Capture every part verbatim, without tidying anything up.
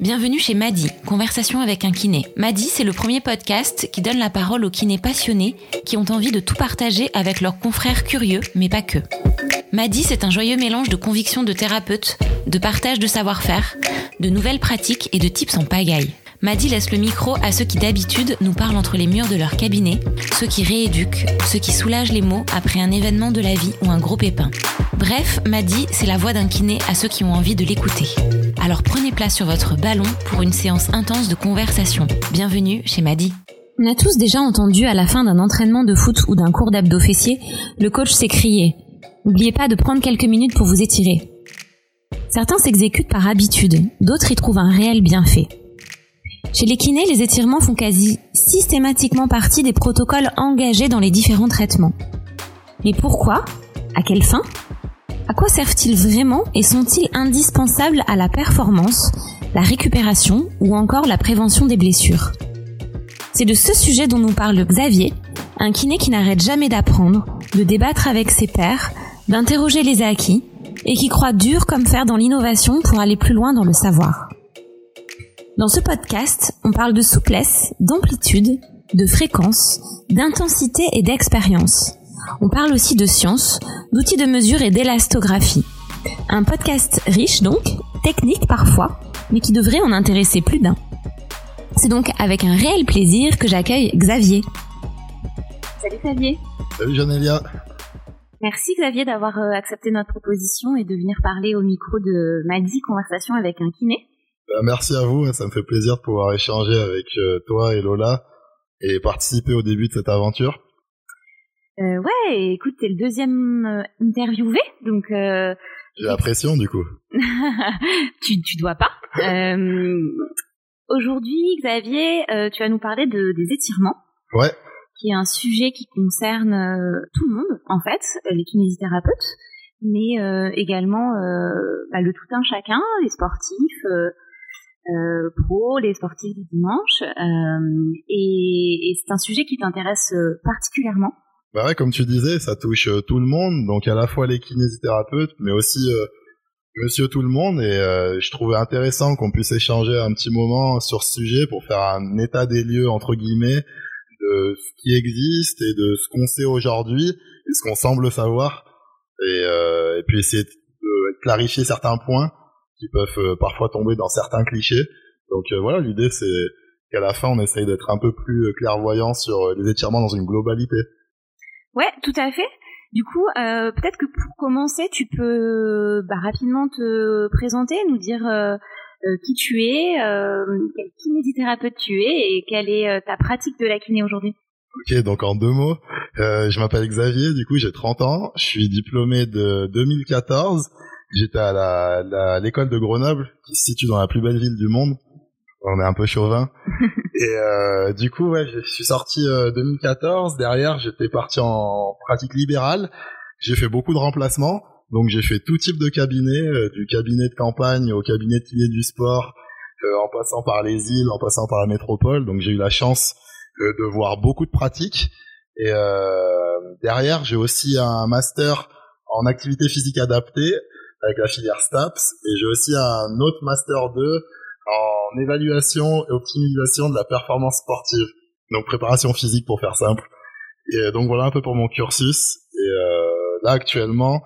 Bienvenue chez Madi, Conversation avec un kiné. Madi, c'est le premier podcast qui donne la parole aux kinés passionnés qui ont envie de tout partager avec leurs confrères curieux, mais pas que. Madi, c'est un joyeux mélange de convictions de thérapeutes, de partage de savoir-faire, de nouvelles pratiques et de tips en pagaille. Madi laisse le micro à ceux qui d'habitude nous parlent entre les murs de leur cabinet, ceux qui rééduquent, ceux qui soulagent les maux après un événement de la vie ou un gros pépin. Bref, Madi, c'est la voix d'un kiné à ceux qui ont envie de l'écouter. Alors prenez place sur votre ballon pour une séance intense de conversation. Bienvenue chez Madi. On a tous déjà entendu à la fin d'un entraînement de foot ou d'un cours d'abdos fessiers, le coach s'écrier « N'oubliez pas de prendre quelques minutes pour vous étirer ». Certains s'exécutent par habitude, d'autres y trouvent un réel bienfait. Chez les kinés, les étirements font quasi systématiquement partie des protocoles engagés dans les différents traitements. Mais pourquoi ? À quelle fin ? À quoi servent-ils vraiment et sont-ils indispensables à la performance, la récupération ou encore la prévention des blessures ? C'est de ce sujet dont nous parle Xavier, un kiné qui n'arrête jamais d'apprendre, de débattre avec ses pairs, d'interroger les acquis et qui croit dur comme fer dans l'innovation pour aller plus loin dans le savoir. Dans ce podcast, on parle de souplesse, d'amplitude, de fréquence, d'intensité et d'expérience. On parle aussi de science, d'outils de mesure et d'élastographie. Un podcast riche donc, technique parfois, mais qui devrait en intéresser plus d'un. C'est donc avec un réel plaisir que j'accueille Xavier. Salut Xavier. Salut Janélia. Merci Xavier d'avoir accepté notre proposition et de venir parler au micro de Madi, Conversation avec un kiné. Bah, merci à vous, ça me fait plaisir de pouvoir échanger avec euh, toi et Lola et participer au début de cette aventure. Euh, ouais, écoute, t'es le deuxième euh, interviewé, donc... Euh, J'ai la pression, du coup. tu, tu dois pas. Euh, aujourd'hui, Xavier, euh, tu vas nous parler de, des étirements. Ouais. Qui est un sujet qui concerne euh, tout le monde, en fait, les kinésithérapeutes, mais euh, également euh, bah, le tout un chacun, les sportifs... Euh, Euh, pro, les sportifs du dimanche, euh, et, et c'est un sujet qui t'intéresse euh, particulièrement. Bah ouais, comme tu disais, ça touche euh, tout le monde, donc à la fois les kinésithérapeutes, mais aussi euh, monsieur tout le monde, et euh, je trouvais intéressant qu'on puisse échanger un petit moment sur ce sujet pour faire un état des lieux, entre guillemets, de ce qui existe et de ce qu'on sait aujourd'hui, et ce qu'on semble savoir, et, euh, et puis essayer de clarifier certains points qui peuvent euh, parfois tomber dans certains clichés. Donc euh, voilà, l'idée c'est qu'à la fin on essaye d'être un peu plus clairvoyant sur euh, les étirements dans une globalité. Ouais, tout à fait. Du coup, euh, peut-être que pour commencer, tu peux bah, rapidement te présenter, nous dire euh, euh, qui tu es, euh, quel kinésithérapeute tu es et quelle est euh, ta pratique de la kiné aujourd'hui. Ok, donc en deux mots, euh, je m'appelle Xavier, du coup j'ai trente ans, je suis diplômé de deux mille quatorze. J'étais à la, la, l'école de Grenoble, qui se situe dans la plus belle ville du monde. On est un peu chauvin. Et euh, du coup, ouais, je suis sorti euh, deux mille quatorze. Derrière, j'étais parti en pratique libérale. J'ai fait beaucoup de remplacements. Donc, j'ai fait tout type de cabinet, euh, du cabinet de campagne au cabinet de kiné du sport, euh, en passant par les îles, en passant par la métropole. Donc, j'ai eu la chance euh, de voir beaucoup de pratiques. Et euh, derrière, j'ai aussi un master en activité physique adaptée, avec la filière STAPS, et j'ai aussi un autre Master deux en évaluation et optimisation de la performance sportive, donc préparation physique pour faire simple. Et donc voilà un peu pour mon cursus, et euh, là actuellement,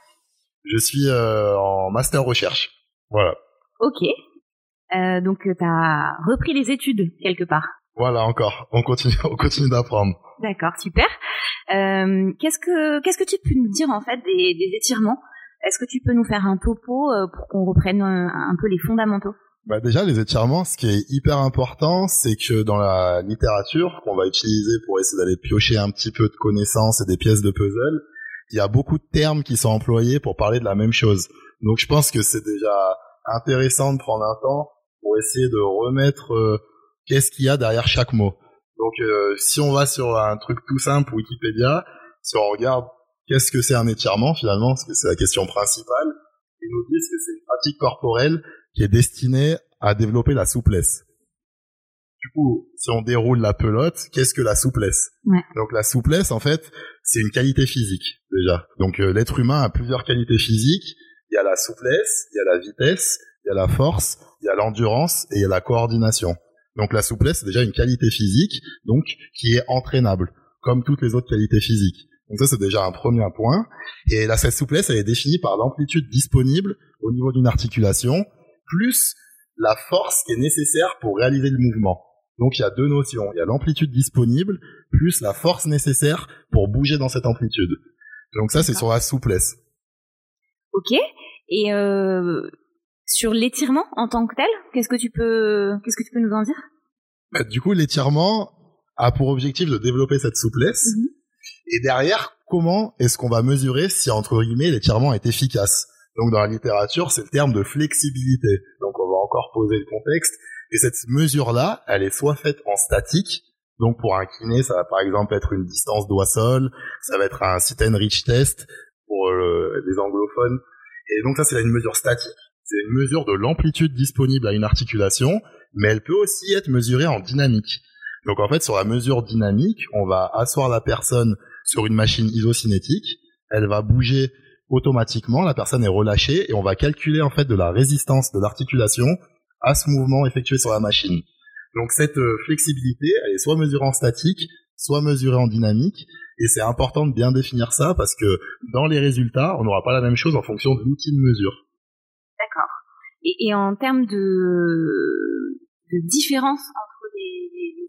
je suis euh, en Master recherche. Voilà. Ok, euh, donc t'as repris les études quelque part. Voilà, encore, on continue, on continue d'apprendre. D'accord, super. Euh, qu'est-ce que, qu'est-ce que tu peux nous dire en fait des, des étirements ? Est-ce que tu peux nous faire un topo euh, pour qu'on reprenne euh, un peu les fondamentaux ? Bah déjà, les étirements, ce qui est hyper important, c'est que dans la littérature qu'on va utiliser pour essayer d'aller piocher un petit peu de connaissances et des pièces de puzzle, il y a beaucoup de termes qui sont employés pour parler de la même chose. Donc je pense que c'est déjà intéressant de prendre un temps pour essayer de remettre euh, qu'est-ce qu'il y a derrière chaque mot. Donc euh, si on va sur un truc tout simple, Wikipédia, si on regarde qu'est-ce que c'est un étirement finalement, parce que c'est la question principale, ils nous disent que c'est une pratique corporelle qui est destinée à développer la souplesse. Du coup, si on déroule la pelote, qu'est-ce que la souplesse ? Ouais. Donc la souplesse, en fait, c'est une qualité physique déjà. Donc euh, l'être humain a plusieurs qualités physiques. Il y a la souplesse, il y a la vitesse, il y a la force, il y a l'endurance et il y a la coordination. Donc la souplesse, c'est déjà une qualité physique, donc qui est entraînable, comme toutes les autres qualités physiques. Donc ça, c'est déjà un premier point. Et là, cette souplesse, elle est définie par l'amplitude disponible au niveau d'une articulation, plus la force qui est nécessaire pour réaliser le mouvement. Donc il y a deux notions. Il y a l'amplitude disponible, plus la force nécessaire pour bouger dans cette amplitude. Donc ça, c'est sur la souplesse. Ok. Et euh, sur l'étirement en tant que tel, qu'est-ce que tu peux, qu'est-ce que tu peux nous en dire? Bah, du coup, l'étirement a pour objectif de développer cette souplesse. Mm-hmm. Et derrière, comment est-ce qu'on va mesurer si, entre guillemets, l'étirement est efficace? Donc, dans la littérature, c'est le terme de flexibilité. Donc, on va encore poser le contexte. Et cette mesure-là, elle est soit faite en statique. Donc, pour un kiné, ça va par exemple être une distance doigt-sol. Ça va être un sit and reach test pour euh, les anglophones. Et donc, ça, c'est une mesure statique. C'est une mesure de l'amplitude disponible à une articulation, mais elle peut aussi être mesurée en dynamique. Donc en fait, sur la mesure dynamique, on va asseoir la personne sur une machine isocinétique, elle va bouger automatiquement, la personne est relâchée et on va calculer en fait de la résistance de l'articulation à ce mouvement effectué sur la machine. Donc cette euh, flexibilité, elle est soit mesurée en statique, soit mesurée en dynamique, et c'est important de bien définir ça parce que dans les résultats, on n'aura pas la même chose en fonction de l'outil de mesure. D'accord. Et, et en termes de, de différence entre les, les, les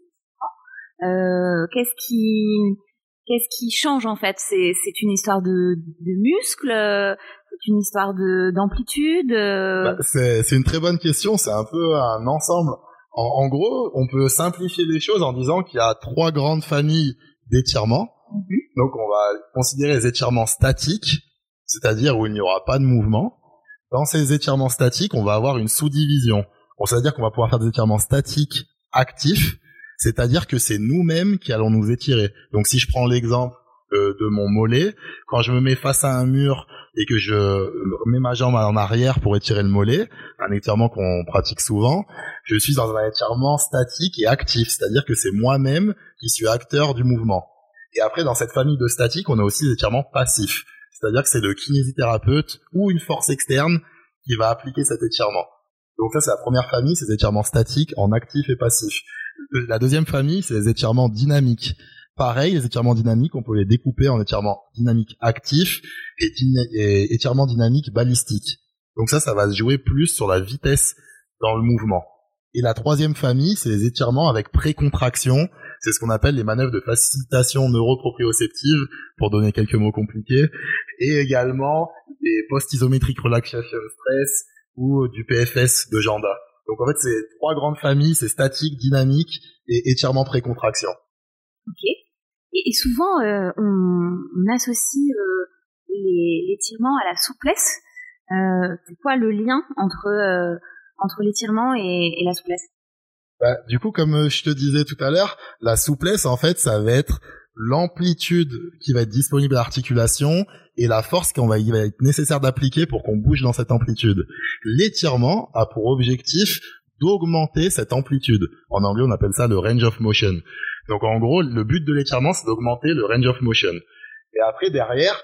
Euh, qu'est-ce qui qu'est-ce qui change en fait? C'est c'est une histoire de de muscles, c'est une histoire de d'amplitude. Bah, c'est c'est une très bonne question. C'est un peu un ensemble. En, en gros, on peut simplifier les choses en disant qu'il y a trois grandes familles d'étirements. Mm-hmm. Donc, on va considérer les étirements statiques, c'est-à-dire où il n'y aura pas de mouvement. Dans ces étirements statiques, on va avoir une sous-division. Bon, c'est-à-dire qu'on va pouvoir faire des étirements statiques actifs. C'est-à-dire que c'est nous-mêmes qui allons nous étirer. Donc si je prends l'exemple euh, de mon mollet, quand je me mets face à un mur et que je mets ma jambe en arrière pour étirer le mollet, un étirement qu'on pratique souvent, je suis dans un étirement statique et actif, c'est-à-dire que c'est moi-même qui suis acteur du mouvement. Et après, dans cette famille de statique, on a aussi des étirements passifs, c'est-à-dire que c'est le kinésithérapeute ou une force externe qui va appliquer cet étirement. Donc ça, c'est la première famille, c'est les étirements statiques en actif et passif. La deuxième famille, c'est les étirements dynamiques. Pareil, les étirements dynamiques, on peut les découper en étirements dynamiques actifs et, dyna- et étirements dynamiques balistiques. Donc ça, ça va se jouer plus sur la vitesse dans le mouvement. Et la troisième famille, c'est les étirements avec précontraction. C'est ce qu'on appelle les manœuvres de facilitation neuroproprioceptive, pour donner quelques mots compliqués. Et également des post-isometric relaxation stress ou du P F S de Janda. Donc en fait, c'est trois grandes familles, c'est statique, dynamique et étirement pré-contraction. Ok. Et, et souvent, euh, on, on associe euh, les, l'étirement à la souplesse. Euh, c'est quoi le lien entre euh, entre l'étirement et, et la souplesse? Bah, du coup, comme je te disais tout à l'heure, la souplesse, en fait, ça va être l'amplitude qui va être disponible à l'articulation et la force qu'on va, il va être nécessaire d'appliquer pour qu'on bouge dans cette amplitude. L'étirement a pour objectif d'augmenter cette amplitude. En anglais, on appelle ça le range of motion. Donc, en gros, le but de l'étirement, c'est d'augmenter le range of motion. Et après, derrière,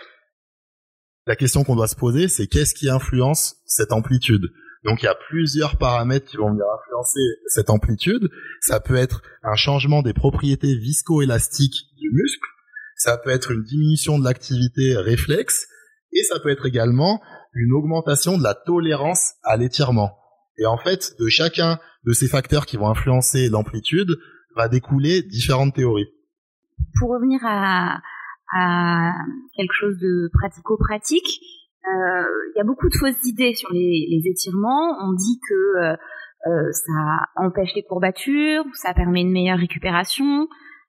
la question qu'on doit se poser, c'est qu'est-ce qui influence cette amplitude? Donc, il y a plusieurs paramètres qui vont venir influencer cette amplitude. Ça peut être un changement des propriétés viscoélastiques du muscle. Ça peut être une diminution de l'activité réflexe. Et ça peut être également une augmentation de la tolérance à l'étirement. Et en fait, de chacun de ces facteurs qui vont influencer l'amplitude, va découler différentes théories. Pour revenir à, à quelque chose de pratico-pratique, il euh, y a beaucoup de fausses idées sur les, les étirements. On dit que euh, euh, ça empêche les courbatures, ça permet une meilleure récupération.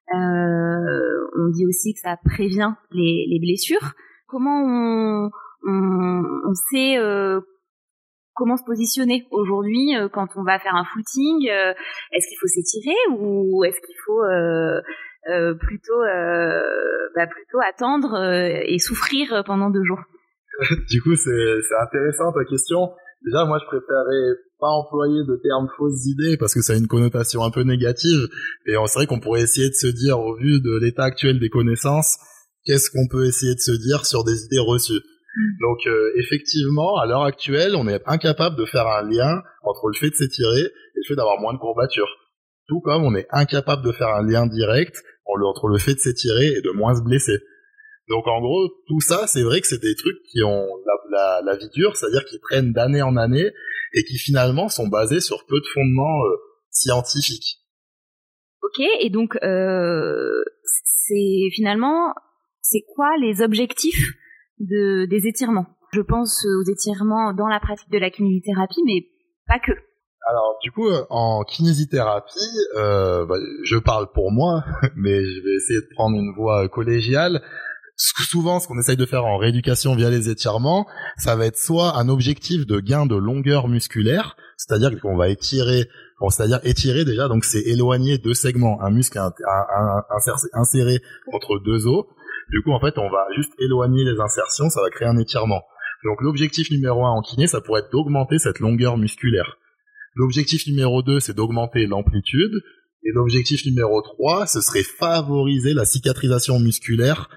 Euh, on dit aussi que ça prévient les, les blessures. Comment on, on, on sait euh, comment se positionner aujourd'hui euh, quand on va faire un footing? euh, Est-ce qu'il faut s'étirer ou est-ce qu'il faut euh, euh, plutôt euh, bah, plutôt attendre euh, et souffrir pendant deux jours? Du coup, c'est, c'est intéressant ta question. Déjà, moi, je préférais pas employer de terme fausses idées parce que ça a une connotation un peu négative. Et c'est vrai qu'on pourrait essayer de se dire, au vu de l'état actuel des connaissances, qu'est-ce qu'on peut essayer de se dire sur des idées reçues. Donc euh, effectivement, à l'heure actuelle, on est incapable de faire un lien entre le fait de s'étirer et le fait d'avoir moins de courbatures. Tout comme on est incapable de faire un lien direct entre le fait de s'étirer et de moins se blesser. Donc en gros, tout ça, c'est vrai que c'est des trucs qui ont la, la, la vie dure, c'est-à-dire qui traînent d'année en année et qui finalement sont basés sur peu de fondements euh, scientifiques. Ok, et donc euh, c'est finalement, c'est quoi les objectifs de, des étirements? Je pense aux étirements dans la pratique de la kinésithérapie, mais pas que. Alors du coup, en kinésithérapie, euh, bah, je parle pour moi, mais je vais essayer de prendre une voie collégiale. Souvent, ce qu'on essaye de faire en rééducation via les étirements, ça va être soit un objectif de gain de longueur musculaire, c'est-à-dire qu'on va étirer, bon, c'est-à-dire étirer déjà, donc c'est éloigner deux segments, un muscle un, un, un, inséré entre deux os. Du coup, en fait, on va juste éloigner les insertions, ça va créer un étirement. Donc l'objectif numéro un en kiné, ça pourrait être d'augmenter cette longueur musculaire. L'objectif numéro deux, c'est d'augmenter l'amplitude. Et l'objectif numéro trois, ce serait favoriser la cicatrisation musculaire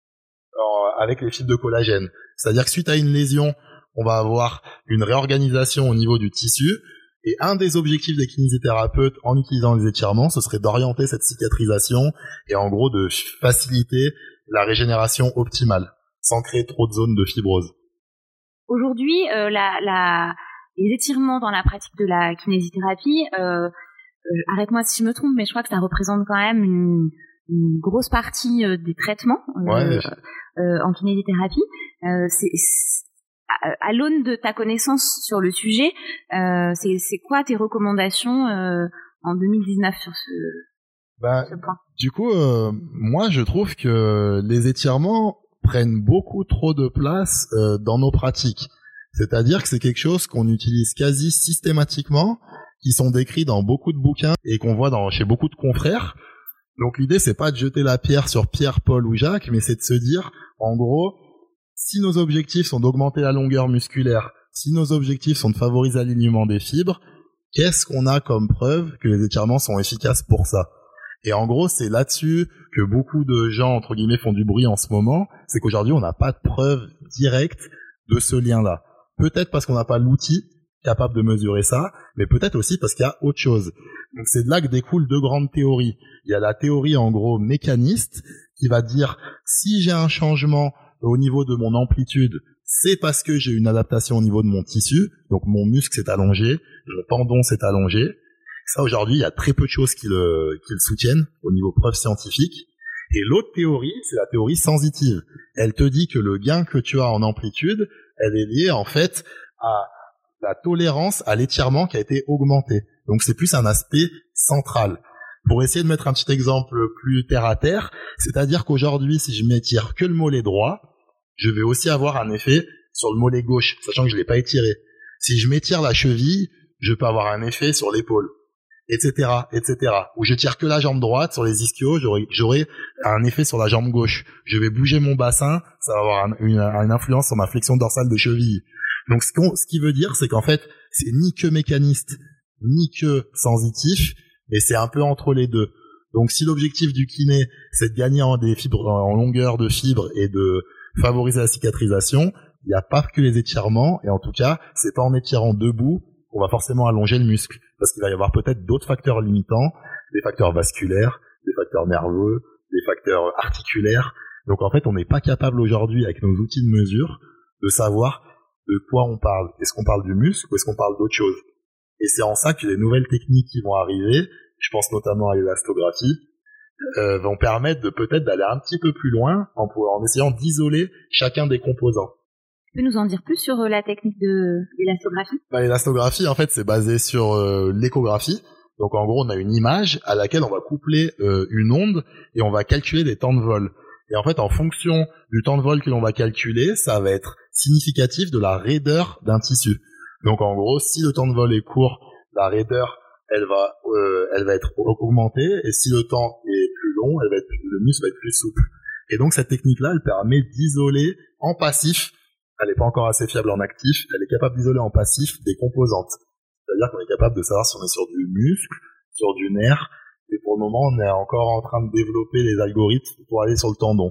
avec les fibres de collagène. C'est-à-dire que suite à une lésion, on va avoir une réorganisation au niveau du tissu. Et un des objectifs des kinésithérapeutes en utilisant les étirements, ce serait d'orienter cette cicatrisation et en gros de faciliter la régénération optimale, sans créer trop de zones de fibrose. Aujourd'hui, euh, la, la, les étirements dans la pratique de la kinésithérapie, euh, euh, arrête-moi si je me trompe, mais je crois que ça représente quand même une, une grosse partie euh, des traitements euh, ouais, euh, en kinésithérapie. Euh, c'est, c'est, à, à l'aune de ta connaissance sur le sujet, euh, c'est, c'est quoi tes recommandations euh, en deux mille dix-neuf sur ce, ben, ce point? Du coup, euh, moi je trouve que les étirements prennent beaucoup trop de place euh, dans nos pratiques. C'est-à-dire que c'est quelque chose qu'on utilise quasi systématiquement, qui sont décrits dans beaucoup de bouquins et qu'on voit dans, chez beaucoup de confrères. Donc l'idée, c'est pas de jeter la pierre sur Pierre, Paul ou Jacques, mais c'est de se dire, en gros, si nos objectifs sont d'augmenter la longueur musculaire, si nos objectifs sont de favoriser l'alignement des fibres, qu'est-ce qu'on a comme preuve que les étirements sont efficaces pour ça? Et en gros, c'est là-dessus que beaucoup de gens, entre guillemets, font du bruit en ce moment, c'est qu'aujourd'hui, on n'a pas de preuve directe de ce lien-là. Peut-être parce qu'on n'a pas l'outil capable de mesurer ça, mais peut-être aussi parce qu'il y a autre chose. Donc c'est de là que découlent deux grandes théories. Il y a la théorie en gros mécaniste qui va dire si j'ai un changement au niveau de mon amplitude, c'est parce que j'ai une adaptation au niveau de mon tissu, donc mon muscle s'est allongé, mon tendon s'est allongé. Ça aujourd'hui, il y a très peu de choses qui le, qui le soutiennent au niveau preuve scientifique. Et l'autre théorie, c'est la théorie sensitive. Elle te dit que le gain que tu as en amplitude, elle est liée en fait à la tolérance à l'étirement qui a été augmentée. Donc c'est plus un aspect central. Pour essayer de mettre un petit exemple plus terre à terre, c'est-à-dire qu'aujourd'hui, si je m'étire que le mollet droit, je vais aussi avoir un effet sur le mollet gauche, sachant que je l'ai pas étiré. Si je m'étire la cheville, je peux avoir un effet sur l'épaule, et cetera, et cetera. Ou je tire que la jambe droite sur les ischios, j'aurai, j'aurai un effet sur la jambe gauche. Je vais bouger mon bassin, ça va avoir un, une, une influence sur ma flexion dorsale de cheville. Donc ce, qu'on, ce qui veut dire, c'est qu'en fait, c'est ni que mécaniste, ni que sensitif, et c'est un peu entre les deux. Donc si l'objectif du kiné, c'est de gagner en des fibres, en longueur de fibres et de favoriser la cicatrisation, il n'y a pas que les étirements, et en tout cas, c'est pas en étirant debout qu'on va forcément allonger le muscle, parce qu'il va y avoir peut-être d'autres facteurs limitants, des facteurs vasculaires, des facteurs nerveux, des facteurs articulaires. Donc en fait, on n'est pas capable aujourd'hui, avec nos outils de mesure, de savoir de quoi on parle. Est-ce qu'on parle du muscle ou est-ce qu'on parle d'autre chose? Et c'est en ça que les nouvelles techniques qui vont arriver, je pense notamment à l'élastographie, euh, vont permettre de peut-être d'aller un petit peu plus loin en, en essayant d'isoler chacun des composants. Tu peux nous en dire plus sur euh, la technique de l'élastographie? Bah, l'élastographie, en fait, c'est basé sur euh, l'échographie. Donc en gros, on a une image à laquelle on va coupler euh, une onde et on va calculer des temps de vol. Et en fait, en fonction du temps de vol que l'on va calculer, ça va être significatif de la raideur d'un tissu. Donc en gros, si le temps de vol est court, la raideur, elle va, euh, elle va être augmentée, et si le temps est plus long, elle va être, le muscle va être plus souple. Et donc cette technique-là, elle permet d'isoler en passif. Elle n'est pas encore assez fiable en actif. Elle est capable d'isoler en passif des composantes. C'est-à-dire qu'on est capable de savoir si on est sur du muscle, sur du nerf. Et pour le moment, on est encore en train de développer les algorithmes pour aller sur le tendon.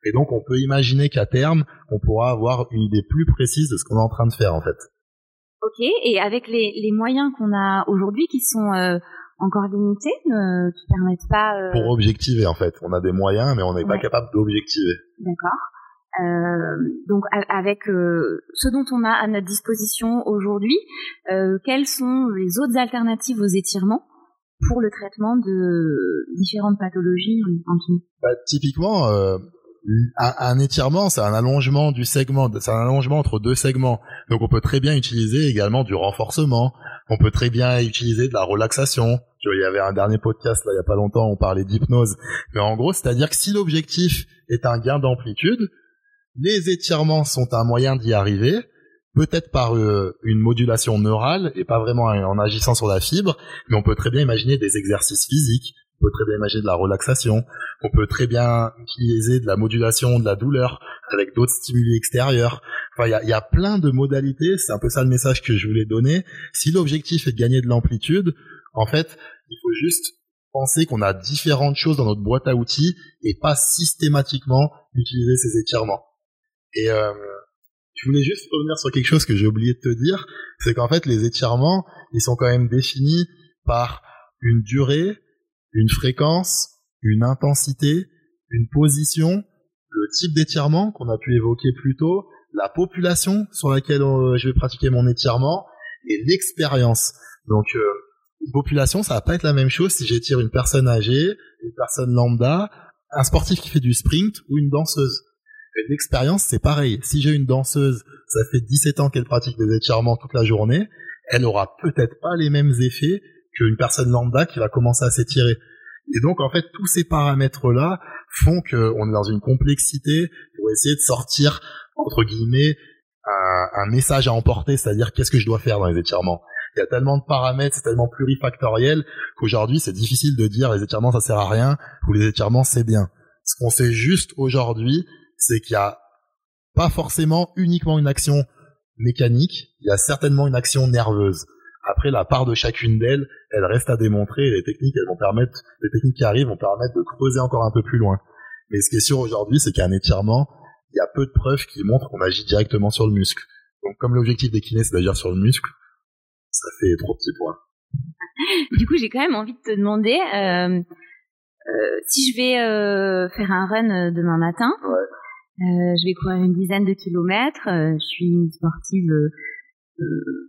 Et donc, on peut imaginer qu'à terme, on pourra avoir une idée plus précise de ce qu'on est en train de faire, en fait. Ok, et avec les, les moyens qu'on a aujourd'hui, qui sont euh, encore limités, euh, qui permettent pas... Euh... Pour objectiver, en fait. On a des moyens, mais on n'est ouais. pas capable d'objectiver. D'accord. Euh, donc, a- avec euh, ce dont on a à notre disposition aujourd'hui, euh, quelles sont les autres alternatives aux étirements pour le traitement de différentes pathologies en kiné? Bah, typiquement... Euh... Un, un étirement, c'est un allongement du segment, c'est un allongement entre deux segments. Donc on peut très bien utiliser également du renforcement, on peut très bien utiliser de la relaxation. Tu vois, il y avait un dernier podcast là il y a pas longtemps, on parlait d'hypnose. Mais en gros, c'est-à-dire que si l'objectif est un gain d'amplitude, les étirements sont un moyen d'y arriver, peut-être par euh, une modulation neurale et pas vraiment en agissant sur la fibre, mais on peut très bien imaginer des exercices physiques. On peut très bien imaginer de la relaxation, on peut très bien utiliser de la modulation de la douleur avec d'autres stimuli extérieurs. Enfin, il y a, y a plein de modalités, c'est un peu ça le message que je voulais donner. Si l'objectif est de gagner de l'amplitude, en fait, il faut juste penser qu'on a différentes choses dans notre boîte à outils et pas systématiquement utiliser ces étirements. Et euh, je voulais juste revenir sur quelque chose que j'ai oublié de te dire, c'est qu'en fait, les étirements, ils sont quand même définis par une durée, une fréquence, une intensité, une position, le type d'étirement qu'on a pu évoquer plus tôt, la population sur laquelle euh, je vais pratiquer mon étirement et l'expérience. Donc, euh, une population, ça va pas être la même chose si j'étire une personne âgée, une personne lambda, un sportif qui fait du sprint ou une danseuse. Et l'expérience, c'est pareil. Si j'ai une danseuse, ça fait dix-sept ans qu'elle pratique des étirements toute la journée, elle aura peut-être pas les mêmes effets qu'une personne lambda qui va commencer à s'étirer. Et donc, en fait, tous ces paramètres-là font qu'on est dans une complexité pour essayer de sortir, entre guillemets, un, un message à emporter, c'est-à-dire qu'est-ce que je dois faire dans les étirements. Il y a tellement de paramètres, c'est tellement plurifactoriel qu'aujourd'hui, c'est difficile de dire les étirements, ça sert à rien, ou les étirements, c'est bien. Ce qu'on sait juste aujourd'hui, c'est qu'il y a pas forcément uniquement une action mécanique, il y a certainement une action nerveuse. Après, la part de chacune d'elles, elle reste à démontrer et les techniques, elles vont permettre, les techniques qui arrivent vont permettre de creuser encore un peu plus loin. Mais ce qui est sûr aujourd'hui, c'est qu'un étirement, il y a peu de preuves qui montrent qu'on agit directement sur le muscle. Donc, comme l'objectif des kinés, c'est d'agir sur le muscle, ça fait trop petits points. Du coup, j'ai quand même envie de te demander, euh, euh, si je vais euh, faire un run demain matin, ouais. euh, je vais courir une dizaine de kilomètres, euh, je suis une sportive, euh,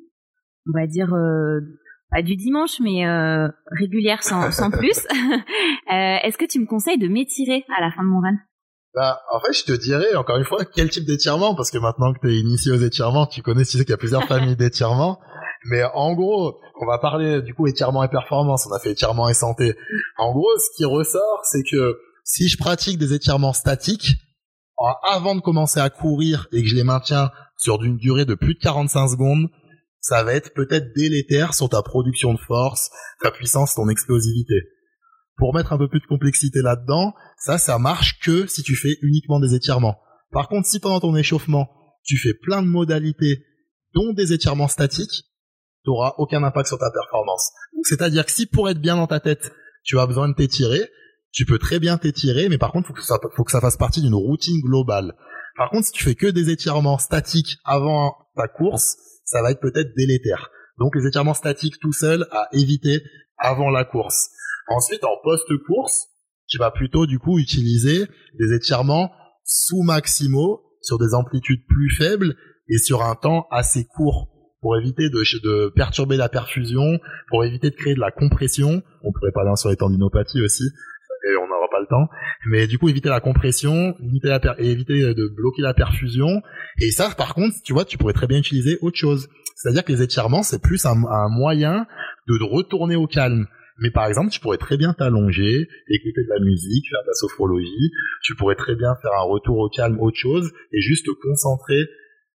on va dire, euh, pas du dimanche, mais euh, régulière sans, sans plus. euh, est-ce que tu me conseilles de m'étirer à la fin de mon run? Bah, en fait, je te dirais, encore une fois, quel type d'étirement, parce que maintenant que tu es initié aux étirements, tu connais, tu sais qu'il y a plusieurs familles d'étirements. Mais en gros, on va parler du coup étirement et performance, on a fait étirement et santé. En gros, ce qui ressort, c'est que si je pratique des étirements statiques, avant de commencer à courir et que je les maintiens sur une durée de plus de quarante-cinq secondes, ça va être peut-être délétère sur ta production de force, ta puissance, ton explosivité. Pour mettre un peu plus de complexité là-dedans, ça, ça marche que si tu fais uniquement des étirements. Par contre, si pendant ton échauffement, tu fais plein de modalités, dont des étirements statiques, tu n'auras aucun impact sur ta performance. C'est-à-dire que si pour être bien dans ta tête, tu as besoin de t'étirer, tu peux très bien t'étirer, mais par contre, faut que ça, faut que ça fasse partie d'une routine globale. Par contre, si tu fais que des étirements statiques avant ta course, ça va être peut-être délétère. Donc, les étirements statiques tout seuls à éviter avant la course. Ensuite, en post-course, tu vas plutôt, du coup, utiliser des étirements sous-maximaux sur des amplitudes plus faibles et sur un temps assez court pour éviter de, de perturber la perfusion, pour éviter de créer de la compression. On pourrait parler sur les tendinopathies aussi, et on n'aura pas le temps. Mais du coup, éviter la compression, limiter la per- et éviter de bloquer la perfusion. Et ça, par contre, tu vois, tu pourrais très bien utiliser autre chose. C'est-à-dire que les étirements, c'est plus un, un moyen de, de retourner au calme. Mais par exemple, tu pourrais très bien t'allonger, écouter de la musique, faire de la sophrologie. Tu pourrais très bien faire un retour au calme, autre chose, et juste te concentrer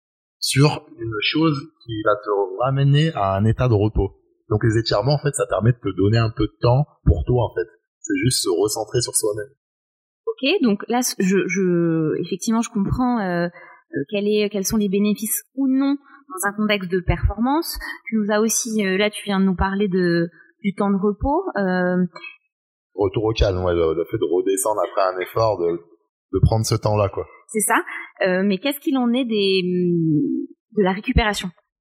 sur une chose qui va te ramener à un état de repos. Donc les étirements, en fait, ça permet de te donner un peu de temps pour toi, en fait. C'est juste se recentrer sur soi-même. Ok, donc là, je, je, effectivement, je comprends euh, quel est, quels sont les bénéfices ou non dans un contexte de performance. Tu nous as aussi, euh, là, tu viens de nous parler de du temps de repos. Euh... Retour au calme, ouais, le, le fait de redescendre après un effort, de de prendre ce temps-là, quoi. C'est ça. Euh, mais qu'est-ce qu'il en est des de la récupération?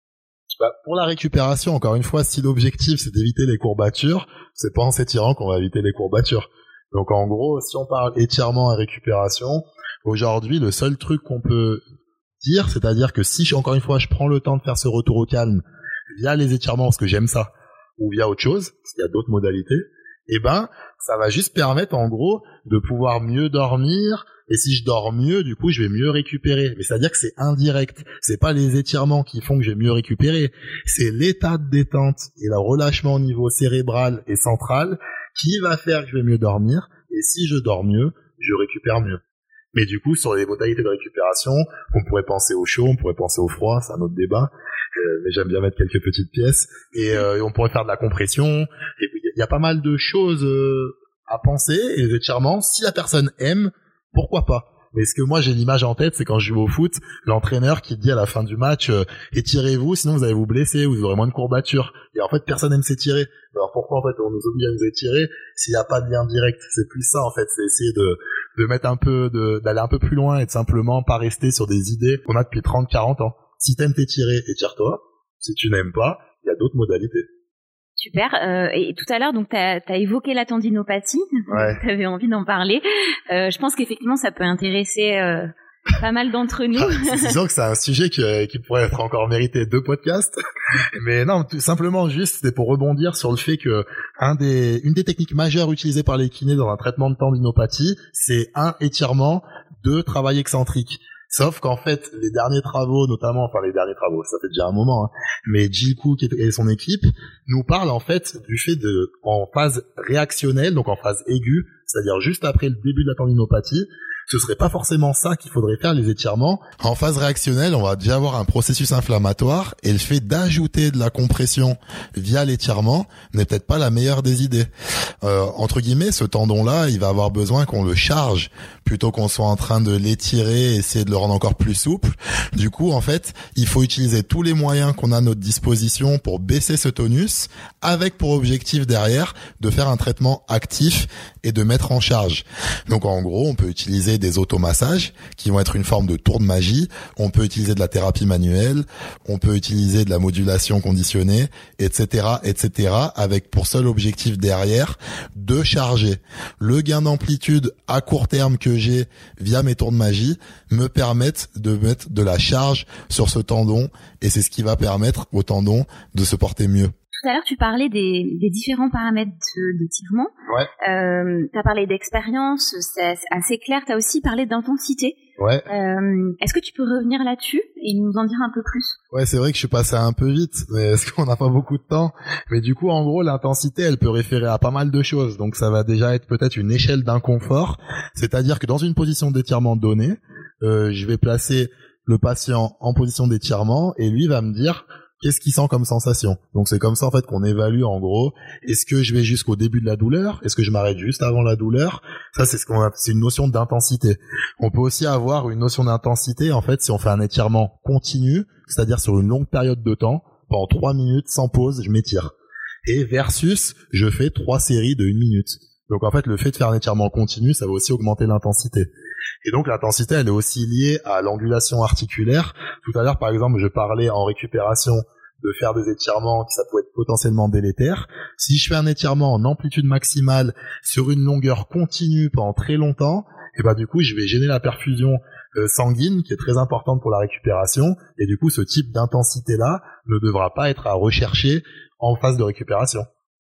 Bah, pour la récupération, encore une fois, si l'objectif c'est d'éviter les courbatures, c'est pas en s'étirant qu'on va éviter les courbatures. Donc en gros, si on parle étirement et récupération, aujourd'hui, le seul truc qu'on peut dire, c'est-à-dire que si, encore une fois, je prends le temps de faire ce retour au calme via les étirements, parce que j'aime ça, ou via autre chose, parce qu'il y a d'autres modalités, eh ben, ça va juste permettre, en gros, de pouvoir mieux dormir. Et si je dors mieux, du coup, je vais mieux récupérer. Mais c'est-à-dire que c'est indirect. C'est pas les étirements qui font que je vais mieux récupérer. C'est l'état de détente et le relâchement au niveau cérébral et central qui va faire que je vais mieux dormir. Et si je dors mieux, je récupère mieux. Mais du coup, sur les modalités de récupération, on pourrait penser au chaud, on pourrait penser au froid, c'est un autre débat. Euh, mais j'aime bien mettre quelques petites pièces. Et, euh, et on pourrait faire de la compression. Et il y a pas mal de choses euh, à penser. Et les étirements, si la personne aime, pourquoi pas? Mais ce que moi j'ai l'image en tête, c'est quand je joue au foot, l'entraîneur qui dit à la fin du match euh, étirez-vous, sinon vous allez vous blesser, vous aurez moins de courbatures. Et en fait, personne aime s'étirer. Alors pourquoi en fait on nous oblige à nous étirer s'il n'y a pas de lien direct? C'est plus ça en fait, c'est essayer de de mettre un peu de d'aller un peu plus loin et de simplement pas rester sur des idées qu'on a depuis trente quarante ans. Si t'aimes t'étirer, étire-toi. Si tu n'aimes pas, il y a d'autres modalités. Super. Euh, et tout à l'heure, donc, tu as évoqué la tendinopathie. Ouais. Tu avais envie d'en parler. Euh, je pense qu'effectivement, ça peut intéresser euh, pas mal d'entre nous. C'est sûr que c'est un sujet qui, qui pourrait être encore mérité deux podcasts. Mais non, tout simplement juste, c'était pour rebondir sur le fait que un des, une des techniques majeures utilisées par les kinés dans un traitement de tendinopathie, c'est un, étirement, deux, travail excentrique. Sauf qu'en fait, les derniers travaux, notamment, enfin les derniers travaux, ça fait déjà un moment, hein, mais Jill Cook et son équipe nous parlent en fait du fait de, en phase réactionnelle, donc en phase aiguë, c'est-à-dire juste après le début de la tendinopathie, ce serait pas forcément ça qu'il faudrait faire, les étirements. En phase réactionnelle, on va déjà avoir un processus inflammatoire et le fait d'ajouter de la compression via l'étirement n'est peut-être pas la meilleure des idées. Euh, entre guillemets, ce tendon-là, il va avoir besoin qu'on le charge plutôt qu'on soit en train de l'étirer et essayer de le rendre encore plus souple. Du coup, en fait, il faut utiliser tous les moyens qu'on a à notre disposition pour baisser ce tonus, avec pour objectif derrière de faire un traitement actif et de mettre en charge. Donc en gros, on peut utiliser des automassages qui vont être une forme de tour de magie, on peut utiliser de la thérapie manuelle, on peut utiliser de la modulation conditionnée, et cetera, et cetera, avec pour seul objectif derrière de charger. Le gain d'amplitude à court terme que j'ai via mes tours de magie me permettent de mettre de la charge sur ce tendon et c'est ce qui va permettre au tendon de se porter mieux. Tout à l'heure, tu parlais des, des différents paramètres d'étirement. Ouais. Euh, tu as parlé d'expérience, c'est assez clair. Tu as aussi parlé d'intensité. Ouais. Euh, est-ce que tu peux revenir là-dessus et nous en dire un peu plus? Ouais, c'est vrai que je suis passé un peu vite, mais parce qu'on n'a pas beaucoup de temps. Mais du coup, en gros, l'intensité, elle peut référer à pas mal de choses. Donc, ça va déjà être peut-être une échelle d'inconfort. C'est-à-dire que dans une position d'étirement donnée, euh, je vais placer le patient en position d'étirement et lui va me dire qu'est-ce qu'il sent comme sensation. Donc c'est comme ça en fait qu'on évalue en gros, est-ce que je vais jusqu'au début de la douleur, est-ce que je m'arrête juste avant la douleur. Ça c'est ce qu'on a, c'est une notion d'intensité. On peut aussi avoir une notion d'intensité en fait si on fait un étirement continu, c'est-à-dire sur une longue période de temps, pendant trois minutes sans pause, je m'étire. Et versus je fais trois séries de une minute. Donc en fait le fait de faire un étirement continu, ça va aussi augmenter l'intensité. Et donc l'intensité, elle est aussi liée à l'angulation articulaire. Tout à l'heure, par exemple, je parlais en récupération de faire des étirements qui ça peut être potentiellement délétère. Si je fais un étirement en amplitude maximale sur une longueur continue pendant très longtemps, et ben du coup, je vais gêner la perfusion euh, sanguine qui est très importante pour la récupération. Et du coup, ce type d'intensité-là ne devra pas être à rechercher en phase de récupération.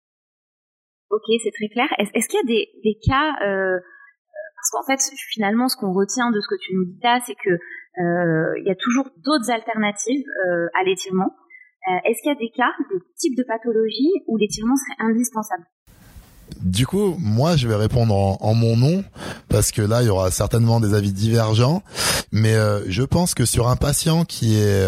Ok, c'est très clair. Est-ce, est-ce qu'il y a des, des cas... Euh Parce qu'en fait, finalement, ce qu'on retient de ce que tu nous dis là, c'est que euh, il y a toujours d'autres alternatives euh, à l'étirement. Euh, est-ce qu'il y a des cas, des types de pathologies où l'étirement serait indispensable? Du coup, moi, je vais répondre en, en mon nom, parce que là, il y aura certainement des avis divergents. Mais euh, je pense que sur un patient qui est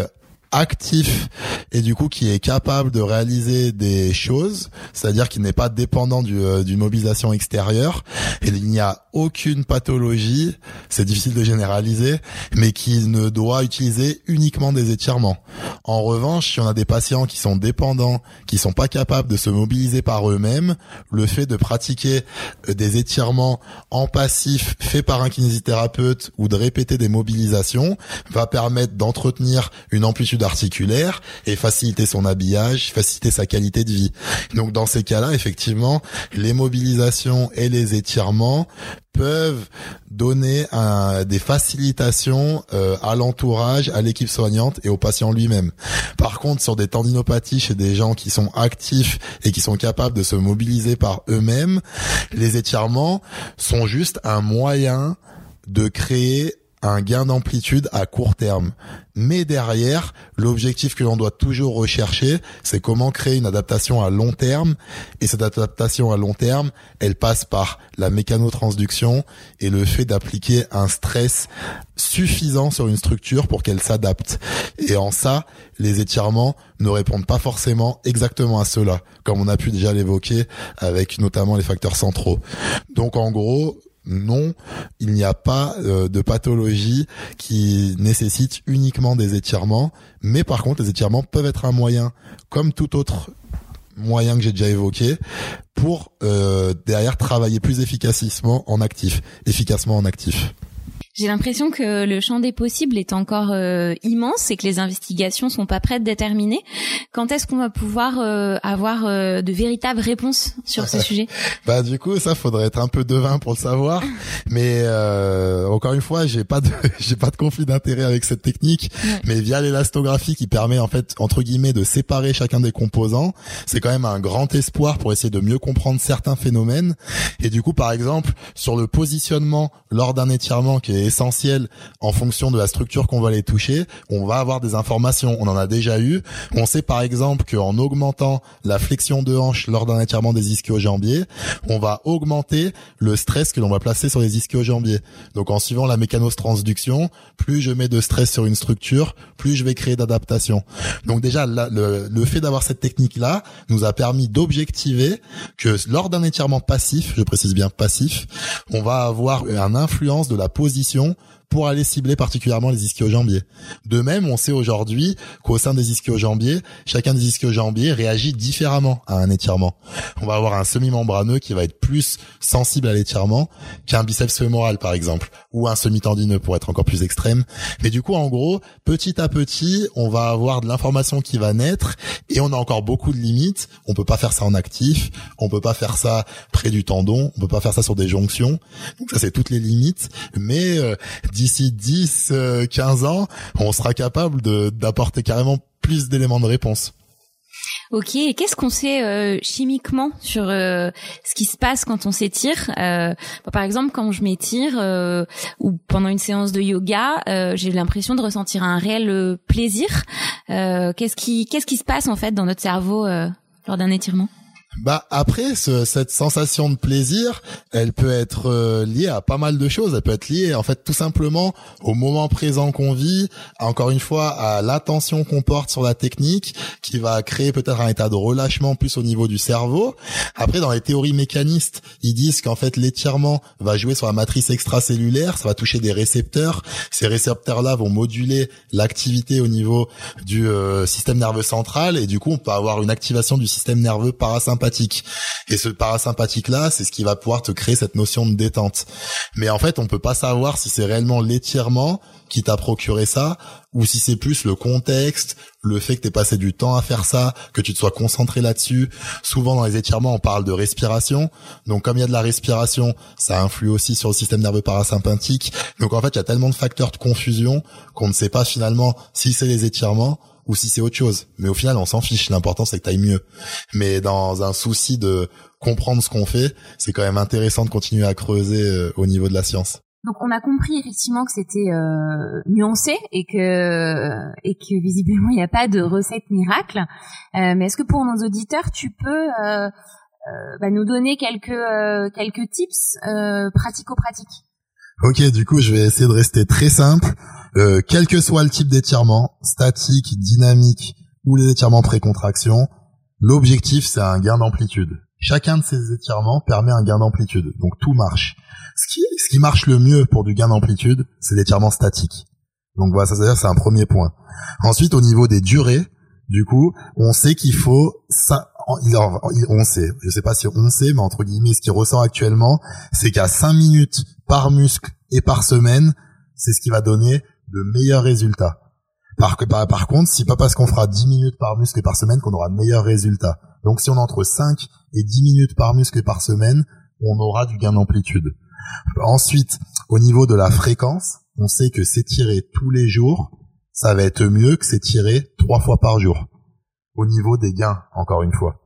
actif et du coup qui est capable de réaliser des choses, c'est-à-dire qui n'est pas dépendant du, euh, d'une mobilisation extérieure, et il n'y a aucune pathologie, c'est difficile de généraliser, mais qui ne doit utiliser uniquement des étirements. En revanche, si on a des patients qui sont dépendants, qui sont pas capables de se mobiliser par eux-mêmes, le fait de pratiquer des étirements en passif faits par un kinésithérapeute ou de répéter des mobilisations va permettre d'entretenir une amplitude articulaire et faciliter son habillage, faciliter sa qualité de vie. Donc dans ces cas-là, effectivement, les mobilisations et les étirements peuvent donner un, des facilitations euh, à l'entourage, à l'équipe soignante et au patient lui-même. Par contre, sur des tendinopathies chez des gens qui sont actifs et qui sont capables de se mobiliser par eux-mêmes, les étirements sont juste un moyen de créer un gain d'amplitude à court terme. Mais derrière, l'objectif que l'on doit toujours rechercher, c'est comment créer une adaptation à long terme. Et cette adaptation à long terme, elle passe par la mécanotransduction et le fait d'appliquer un stress suffisant sur une structure pour qu'elle s'adapte. Et en ça, les étirements ne répondent pas forcément exactement à cela, comme on a pu déjà l'évoquer avec notamment les facteurs centraux. Donc en gros, non, il n'y a pas euh, de pathologie qui nécessite uniquement des étirements, mais par contre les étirements peuvent être un moyen, comme tout autre moyen que j'ai déjà évoqué, pour euh, derrière travailler plus efficacement en actif, efficacement en actif. J'ai l'impression que le champ des possibles est encore euh, immense et que les investigations sont pas prêtes d'être terminées. Quand est-ce qu'on va pouvoir euh, avoir euh, de véritables réponses sur ce sujet ? Bah du coup, ça faudrait être un peu devin pour le savoir. Mais euh, encore une fois, j'ai pas de j'ai pas de conflit d'intérêt avec cette technique. Ouais. Mais via l'élastographie qui permet en fait entre guillemets de séparer chacun des composants, c'est quand même un grand espoir pour essayer de mieux comprendre certains phénomènes. Et du coup, par exemple, sur le positionnement lors d'un étirement qui est essentiel en fonction de la structure qu'on va aller toucher, on va avoir des informations. On en a déjà eu. On sait par exemple qu'en augmentant la flexion de hanche lors d'un étirement des ischio-jambiers, on va augmenter le stress que l'on va placer sur les ischio-jambiers. Donc en suivant la mécanotransduction, plus je mets de stress sur une structure, plus je vais créer d'adaptation. Donc déjà, là, le, le fait d'avoir cette technique-là nous a permis d'objectiver que lors d'un étirement passif, je précise bien passif, on va avoir une influence de la position pour aller cibler particulièrement les ischio-jambiers. De même, on sait aujourd'hui qu'au sein des ischio-jambiers, chacun des ischio-jambiers réagit différemment à un étirement. On va avoir un semi-membraneux qui va être plus sensible à l'étirement qu'un biceps fémoral, par exemple, ou un semi-tendineux pour être encore plus extrême. Mais du coup, en gros, petit à petit, on va avoir de l'information qui va naître et on a encore beaucoup de limites. On peut pas faire ça en actif, on peut pas faire ça près du tendon, on peut pas faire ça sur des jonctions. Donc ça, c'est toutes les limites. Mais euh, d'ici dix, quinze ans, on sera capable de, d'apporter carrément plus d'éléments de réponse. Ok, et qu'est-ce qu'on sait euh, chimiquement sur euh, ce qui se passe quand on s'étire ? euh, Par exemple, quand je m'étire euh, ou pendant une séance de yoga, euh, j'ai l'impression de ressentir un réel euh, plaisir. Euh, qu'est-ce qui, qu'est-ce qui se passe en fait dans notre cerveau euh, lors d'un étirement ? Bah après ce, cette sensation de plaisir, elle peut être euh, liée à pas mal de choses. Elle peut être liée en fait tout simplement au moment présent qu'on vit, encore une fois à l'attention qu'on porte sur la technique, qui va créer peut-être un état de relâchement plus au niveau du cerveau. Après, dans les théories mécanistes, ils disent qu'en fait l'étirement va jouer sur la matrice extracellulaire, ça va toucher des récepteurs. Ces récepteurs-là vont moduler l'activité au niveau du euh, système nerveux central et du coup on peut avoir une activation du système nerveux parasympathique. Et ce parasympathique-là, c'est ce qui va pouvoir te créer cette notion de détente. Mais en fait, on peut pas savoir si c'est réellement l'étirement qui t'a procuré ça, ou si c'est plus le contexte, le fait que t'aies passé du temps à faire ça, que tu te sois concentré là-dessus. Souvent, dans les étirements, on parle de respiration. Donc, comme il y a de la respiration, ça influe aussi sur le système nerveux parasympathique. Donc, en fait, il y a tellement de facteurs de confusion qu'on ne sait pas finalement si c'est les étirements ou si c'est autre chose. Mais au final, on s'en fiche. L'important, c'est que t'ailles mieux. Mais dans un souci de comprendre ce qu'on fait, c'est quand même intéressant de continuer à creuser euh, au niveau de la science. Donc on a compris effectivement que c'était euh, nuancé et que et que visiblement il n'y a pas de recette miracle. Euh, mais est-ce que pour nos auditeurs, tu peux euh, euh, bah, nous donner quelques euh, quelques tips euh, pratico-pratiques ? Ok, du coup, je vais essayer de rester très simple. Euh, quel que soit le type d'étirement, statique, dynamique ou les étirements pré-contraction, l'objectif, c'est un gain d'amplitude. Chacun de ces étirements permet un gain d'amplitude. Donc, tout marche. Ce qui, ce qui marche le mieux pour du gain d'amplitude, c'est l'étirement statique. Donc, voilà, ça, c'est-à-dire, c'est un premier point. Ensuite, au niveau des durées, du coup, on sait qu'il faut ça, on sait, je sais pas si on sait, mais entre guillemets, ce qui ressort actuellement, c'est qu'à cinq minutes par muscle et par semaine, c'est ce qui va donner de meilleurs résultats. Par, par, par contre, c'est pas parce qu'on fera dix minutes par muscle et par semaine qu'on aura de meilleurs résultats. Donc, si on est entre cinq et dix minutes par muscle et par semaine, on aura du gain d'amplitude. Ensuite, au niveau de la fréquence, on sait que s'étirer tous les jours, ça va être mieux que s'étirer trois fois par jour. Au niveau des gains, encore une fois.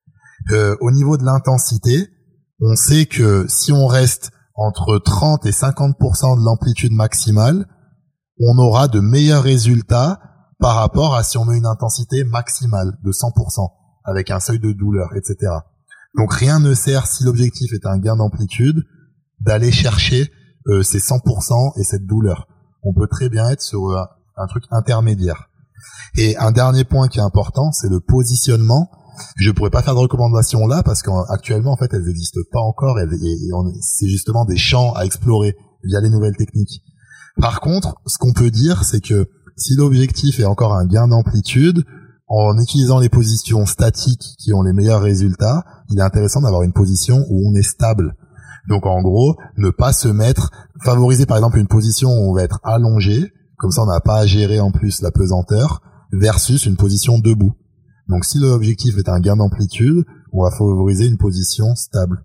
Euh, au niveau de l'intensité, on sait que si on reste entre trente et cinquante pour cent de l'amplitude maximale, on aura de meilleurs résultats par rapport à si on met une intensité maximale de cent pour cent, avec un seuil de douleur, et cetera. Donc rien ne sert, si l'objectif est un gain d'amplitude, d'aller chercher euh, ces cent pour cent et cette douleur. On peut très bien être sur un, un truc intermédiaire. Et un dernier point qui est important, c'est le positionnement. Je pourrais pas faire de recommandations là parce qu'actuellement en fait elles n'existent pas encore et, et on, c'est justement des champs à explorer via les nouvelles techniques. Par contre, ce qu'on peut dire, c'est que si l'objectif est encore un gain d'amplitude, en utilisant les positions statiques qui ont les meilleurs résultats, il est intéressant d'avoir une position où on est stable. Donc en gros, ne pas se mettre, favoriser par exemple une position où on va être allongé, comme ça on n'a pas à gérer en plus la pesanteur, versus une position debout. Donc si l'objectif est un gain d'amplitude, on va favoriser une position stable.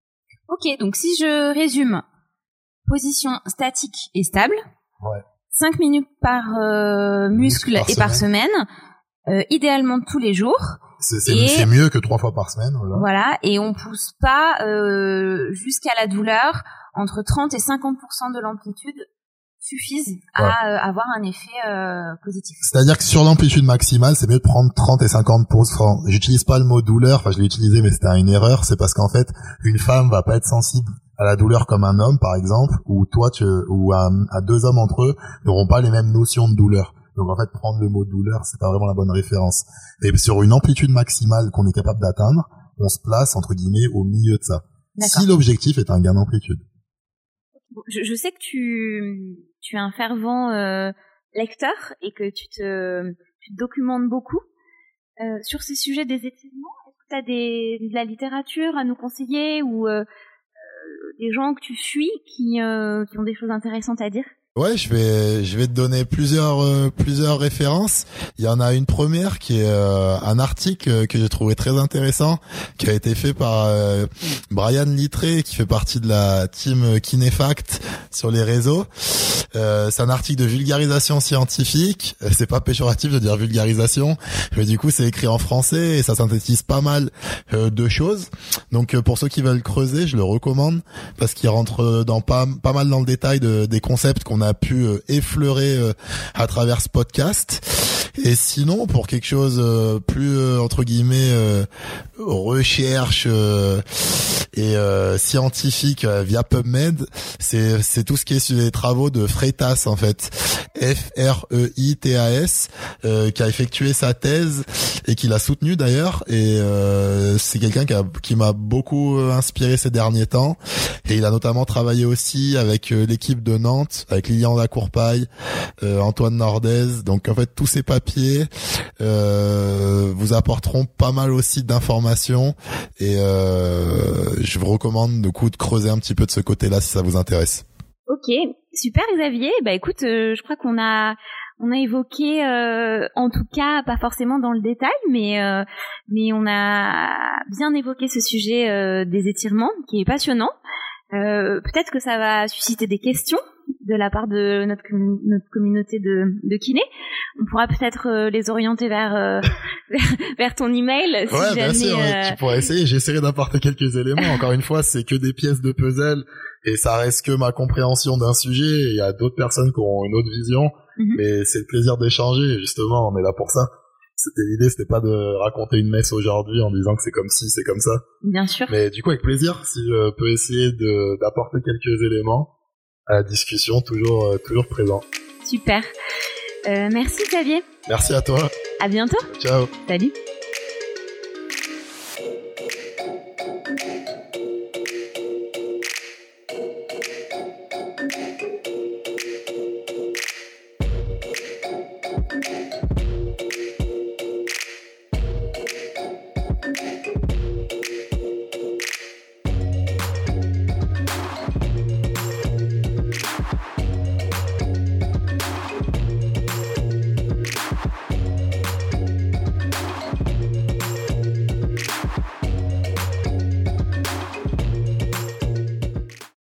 Ok, donc si je résume, position statique et stable, ouais. cinq minutes par euh, muscle, muscle par et semaine. par semaine, euh, idéalement tous les jours. C'est, c'est, c'est mieux que trois fois par semaine. Voilà, voilà et on pousse pas euh, jusqu'à la douleur, entre trente et cinquante pour cent de l'amplitude suffisent à ouais. euh, avoir un effet euh, positif. C'est-à-dire que sur l'amplitude maximale, c'est mieux de prendre trente et cinquante pour cent. J'utilise pas le mot douleur, enfin je l'ai utilisé mais c'était une erreur, c'est parce qu'en fait, une femme va pas être sensible à la douleur comme un homme par exemple, ou toi tu ou à, à deux hommes entre eux n'auront pas les mêmes notions de douleur. Donc en fait, prendre le mot douleur, c'est pas vraiment la bonne référence. Et sur une amplitude maximale qu'on est capable d'atteindre, on se place entre guillemets au milieu de ça. D'accord. Si l'objectif est un gain d'amplitude. Je, je sais que tu, tu es un fervent euh, lecteur et que tu te, tu te documentes beaucoup euh, sur ces sujets des étirements. Est-ce que tu as des, de la littérature à nous conseiller ou euh, des gens que tu suis qui, euh, qui ont des choses intéressantes à dire? Ouais, je vais je vais te donner plusieurs euh, plusieurs références. Il y en a une première qui est euh, un article que j'ai trouvé très intéressant, qui a été fait par euh, Brian Littré, qui fait partie de la team Kinefact sur les réseaux. Euh, c'est un article de vulgarisation scientifique. C'est pas péjoratif de dire vulgarisation, mais du coup c'est écrit en français et ça synthétise pas mal euh, de choses. Donc euh, pour ceux qui veulent creuser, je le recommande parce qu'il rentre dans pas pas mal dans le détail de, des concepts qu'on a pu euh, effleurer euh, à travers ce podcast. Et sinon, pour quelque chose euh, plus euh, entre guillemets euh, recherche euh, et euh, scientifique euh, via PubMed, c'est c'est tout ce qui est sur les travaux de Freitas en fait, F R E I T A S, euh, qui a effectué sa thèse et qui l'a soutenu d'ailleurs. Et euh, c'est quelqu'un qui a qui m'a beaucoup inspiré ces derniers temps. Et il a notamment travaillé aussi avec euh, l'équipe de Nantes, avec Lilian Lacourpaille, euh, Antoine Nordez. Donc en fait tous ces papiers euh, vous apporteront pas mal aussi d'informations et euh, je vous recommande du coup de creuser un petit peu de ce côté-là si ça vous intéresse. Ok, super Xavier. Bah écoute, euh, je crois qu'on a on a évoqué, euh, en tout cas pas forcément dans le détail, mais euh, mais on a bien évoqué ce sujet euh, des étirements qui est passionnant. Euh, peut-être que ça va susciter des questions de la part de notre, com- notre communauté de, de kinés. On pourra peut-être euh, les orienter vers, euh, vers vers ton email. Si ouais, jamais, bien sûr. Euh... Tu pourras essayer. J'essaierai d'apporter quelques éléments. Encore une fois, c'est que des pièces de puzzle et ça reste que ma compréhension d'un sujet. Il y a d'autres personnes qui auront une autre vision, mm-hmm. mais c'est le plaisir d'échanger. Justement, on est là pour ça. C'était l'idée, c'était pas de raconter une messe aujourd'hui en disant que c'est comme ci, c'est comme ça. Bien sûr. Mais du coup, avec plaisir, si je peux essayer de, d'apporter quelques éléments, à la discussion, toujours, euh, toujours présent. Super. Euh, merci Xavier. Merci à toi. À bientôt. Ciao. Salut.